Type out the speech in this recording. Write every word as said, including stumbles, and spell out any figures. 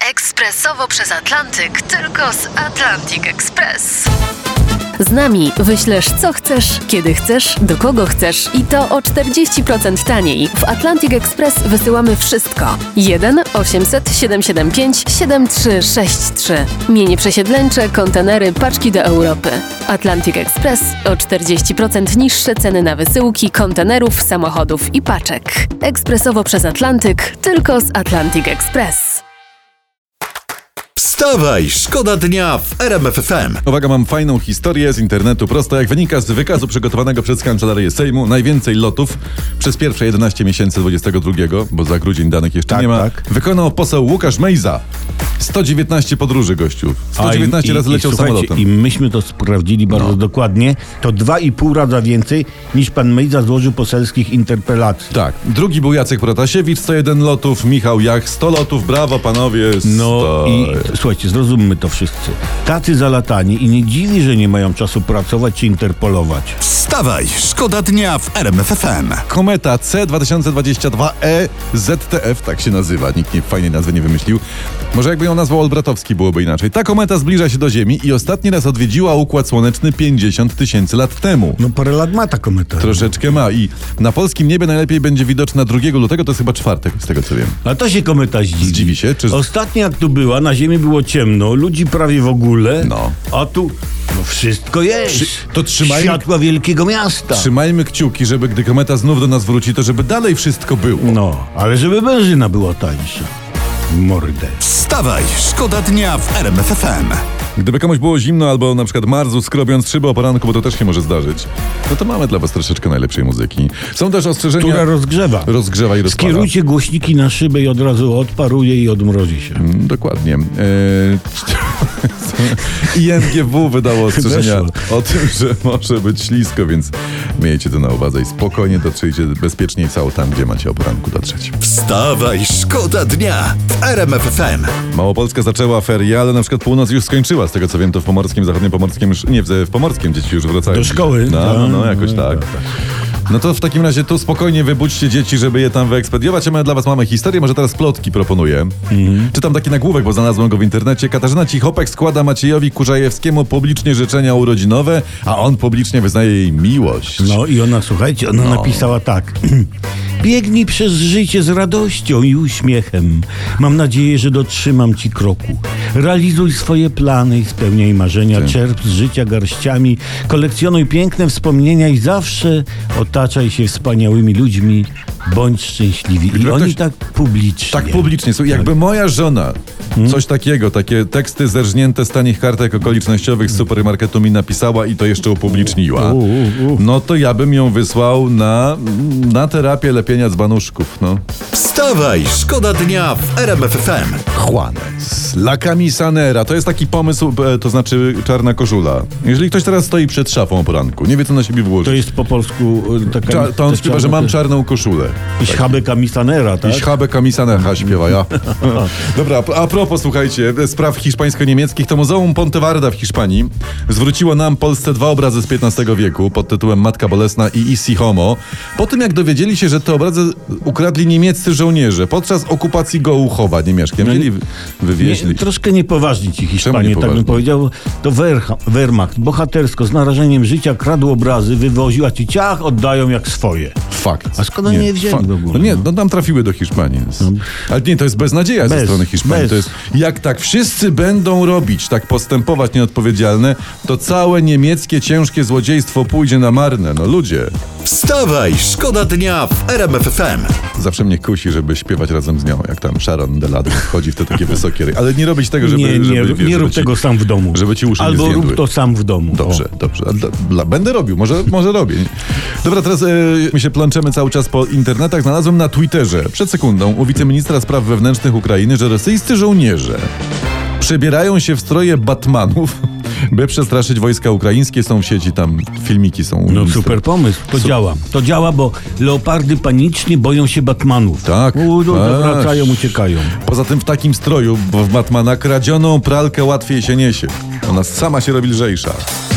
Ekspresowo przez Atlantyk, tylko z Atlantic Express. Z nami wyślesz co chcesz, kiedy chcesz, do kogo chcesz i to o czterdzieści procent taniej. W Atlantic Express wysyłamy wszystko. jeden osiemset siedemset siedemdziesiąt pięć siedemdziesiąt trzy sześćdziesiąt trzy. Mienie przesiedleńcze, kontenery, paczki do Europy. Atlantic Express o czterdzieści procent niższe ceny na wysyłki, kontenerów, samochodów i paczek. Ekspresowo przez Atlantyk, tylko z Atlantic Express. Wstawaj, szkoda dnia w R M F F M. Uwaga, mam fajną historię z internetu. Prosto jak wynika z wykazu przygotowanego przez Kancelarię Sejmu, najwięcej lotów przez pierwsze jedenaście miesięcy dwudziestego drugiego, bo za grudzień danych jeszcze tak, nie ma, tak. wykonał poseł Łukasz Mejza. sto dziewiętnaście podróży, gościu. sto dziewiętnaście A, i, razy i, leciał i, samolotem. I myśmy to sprawdzili bardzo No. dokładnie. To dwa i pół raza więcej niż pan Mejza złożył poselskich interpelacji. Tak. Drugi był Jacek Protasiewicz, sto jeden lotów, Michał Jach, sto lotów, brawo panowie. No sto... i słuchajcie, zrozummy to wszyscy. Tacy zalatani i nie dziwi, że nie mają czasu pracować czy interpolować. Wstawaj, szkoda dnia w R M F F M. Kometa C dwa tysiące dwadzieścia dwa E Z T F, tak się nazywa. Nikt nie, fajnej nazwy nie wymyślił. Może jakby ją nazwał Olbratowski, byłoby inaczej. Ta kometa zbliża się do Ziemi i ostatni raz odwiedziła Układ Słoneczny pięćdziesiąt tysięcy lat temu. No parę lat ma ta kometa. Troszeczkę ma i na polskim niebie najlepiej będzie widoczna drugiego lutego, to jest chyba czwartek, z tego co wiem. A to się kometa zdziwi. Zdziwi się? Czy... Ostatnio jak tu była, na Ziemi było ciemno, ludzi prawie w ogóle, No. a tu no wszystko jest. Przy- to trzymajmy- Światła wielkiego miasta. Trzymajmy kciuki, żeby gdy kometa znów do nas wróci, to żeby dalej wszystko było. No, ale żeby benzyna była tańsza. Mordę. Wstawaj, szkoda dnia w R M F F M. Gdyby komuś było zimno albo na przykład marzł skrobiąc szybę o poranku, bo to też się może zdarzyć, no to mamy dla was troszeczkę najlepszej muzyki. Są też ostrzeżenia... Która rozgrzewa. Rozgrzewa i rozpala. Skierujcie głośniki na szybę i od razu odparuje i odmrozi się. Mm, Dokładnie. Eee... I N G W wydało ostrzeżenia Weszło. o tym, że może być ślisko, więc miejcie to na uwadze i spokojnie dotrzyjcie bezpiecznie cało tam, gdzie macie o poranku dotrzeć. Wstawaj, szkoda dnia w R M F F M. Małopolska zaczęła ferie, ale na przykład północ już skończyła. Z tego co wiem, to w Pomorskim, Zachodnim Pomorskim już... Nie, w, w Pomorskim dzieci już wracają. Do szkoły. No, no, no, jakoś No, tak. tak, No to w takim razie tu spokojnie wybudźcie dzieci, żeby je tam wyekspediować. A my dla was mamy historię, może teraz plotki proponuję. Mhm. Czytam taki nagłówek, bo znalazłem go w internecie. Katarzyna Cichopek składa Maciejowi Kurzajewskiemu publicznie życzenia urodzinowe, a on publicznie wyznaje jej miłość. No i ona, słuchajcie, ona No. napisała tak. Biegnij przez życie z radością i uśmiechem. Mam nadzieję, że dotrzymam ci kroku. Realizuj swoje plany i spełniaj marzenia. Ty. Czerp z życia garściami. Kolekcjonuj piękne wspomnienia i zawsze otaczaj się wspaniałymi ludźmi. Bądź szczęśliwi. I Gdyby oni ktoś- tak publicznie. Tak publicznie. Słuchaj, jakby moja żona coś takiego, takie teksty zerżnięte z tanich kartek okolicznościowych z supermarketu mi napisała i to jeszcze upubliczniła, U, u, u. no to ja bym ją wysłał na, na terapię lepienia dzbanuszków, no. Wstawaj, szkoda dnia w R M F F M. Juanes. La camisanera. To jest taki pomysł, e, to znaczy czarna koszula. Jeżeli ktoś teraz stoi przed szafą o poranku, nie wie co na siebie włożyć, To jest po polsku y, taka... Cza- to on ta śpiewa, że czarna- mam czarną koszulę. I Schhabe Kamisanera, tak? I Schhabe Kamisanera śpiewa, ja. Dobra, a a propos, słuchajcie, spraw hiszpańsko-niemieckich, to Muzeum Pontevarda w Hiszpanii zwróciło nam Polsce dwa obrazy z piętnastego wieku pod tytułem Matka Bolesna i Isi Homo. Po tym, jak dowiedzieli się, że te obrazy ukradli niemieccy żołnierze podczas okupacji Gołuchowa niemiaszkiem. Wzięli, wywieźli. Nie, troszkę niepoważni ci Czemu Hiszpanie, tak niepoważni? bym powiedział. To Wehrha- Wehrmacht bohatersko z narażeniem życia kradł obrazy, wywoził, a ci ciach oddają jak swoje. Fakt. A skąd oni je wzięli w ogóle? No nie, no tam trafiły do Hiszpanii. Ale nie, to jest beznadzieja ze Bez, strony Hiszpanii. bez. To jest, jak tak wszyscy będą robić, tak postępować nieodpowiedzialne, to całe niemieckie ciężkie złodziejstwo pójdzie na marne. No ludzie. Wstawaj, szkoda dnia w R M F F M. Zawsze mnie kusi, żeby śpiewać razem z nią, jak tam Sharon Delado wchodzi w te takie wysokie ry. Ale nie robić tego, żeby... nie, nie, żeby, rób- wiesz, nie żeby rób ci- tego sam w domu. żeby ci uszy nie Albo zwiędły. rób to sam w domu. Dobrze, O. dobrze. A dla- dla- Będę robił, może, może robię. Dobra, teraz e, my się plączemy cały czas po internetach. Znalazłem na Twitterze przed sekundą u wiceministra spraw wewnętrznych Ukrainy, że rosyjscy żołnierze przebierają się w stroje Batmanów, by przestraszyć wojska ukraińskie. Są w sieci, tam filmiki są. u No ministra. super pomysł, to działa. To działa, bo leopardy panicznie boją się Batmanów. Tak, U, no, tak. wracają, uciekają. Poza tym w takim stroju, bo w Batmana kradzioną pralkę łatwiej się niesie. Ona sama się robi lżejsza.